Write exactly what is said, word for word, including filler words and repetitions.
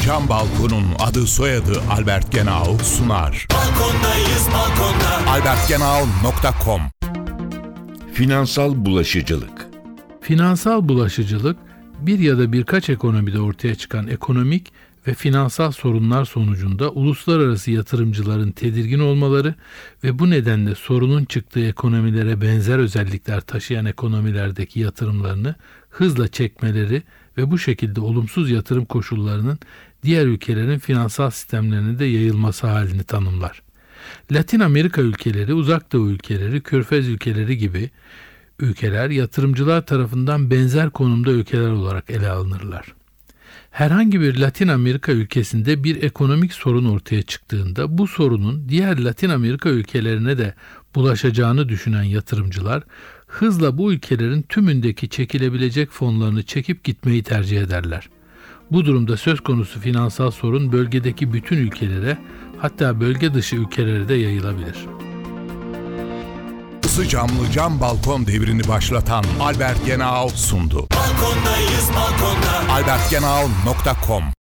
Cam Balkon'un adı soyadı Albert Genau sunar. Balkondayız balkonda. albert genau nokta com Finansal bulaşıcılık. Finansal bulaşıcılık, bir ya da birkaç ekonomide ortaya çıkan ekonomik ve finansal sorunlar sonucunda uluslararası yatırımcıların tedirgin olmaları ve bu nedenle sorunun çıktığı ekonomilere benzer özellikler taşıyan ekonomilerdeki yatırımlarını hızla çekmeleri ve bu şekilde olumsuz yatırım koşullarının diğer ülkelerin finansal sistemlerine de yayılması halini tanımlar. Latin Amerika ülkeleri, Uzak Doğu ülkeleri, Körfez ülkeleri gibi ülkeler yatırımcılar tarafından benzer konumda ülkeler olarak ele alınırlar. Herhangi bir Latin Amerika ülkesinde bir ekonomik sorun ortaya çıktığında bu sorunun diğer Latin Amerika ülkelerine de bulaşacağını düşünen yatırımcılar hızla bu ülkelerin tümündeki çekilebilecek fonlarını çekip gitmeyi tercih ederler. Bu durumda söz konusu finansal sorun bölgedeki bütün ülkelere, hatta bölge dışı ülkelere de yayılabilir. Isı camlı cam balkon devrini başlatan Albert Genau sundu. Balkondayız balkonda. albert genau nokta com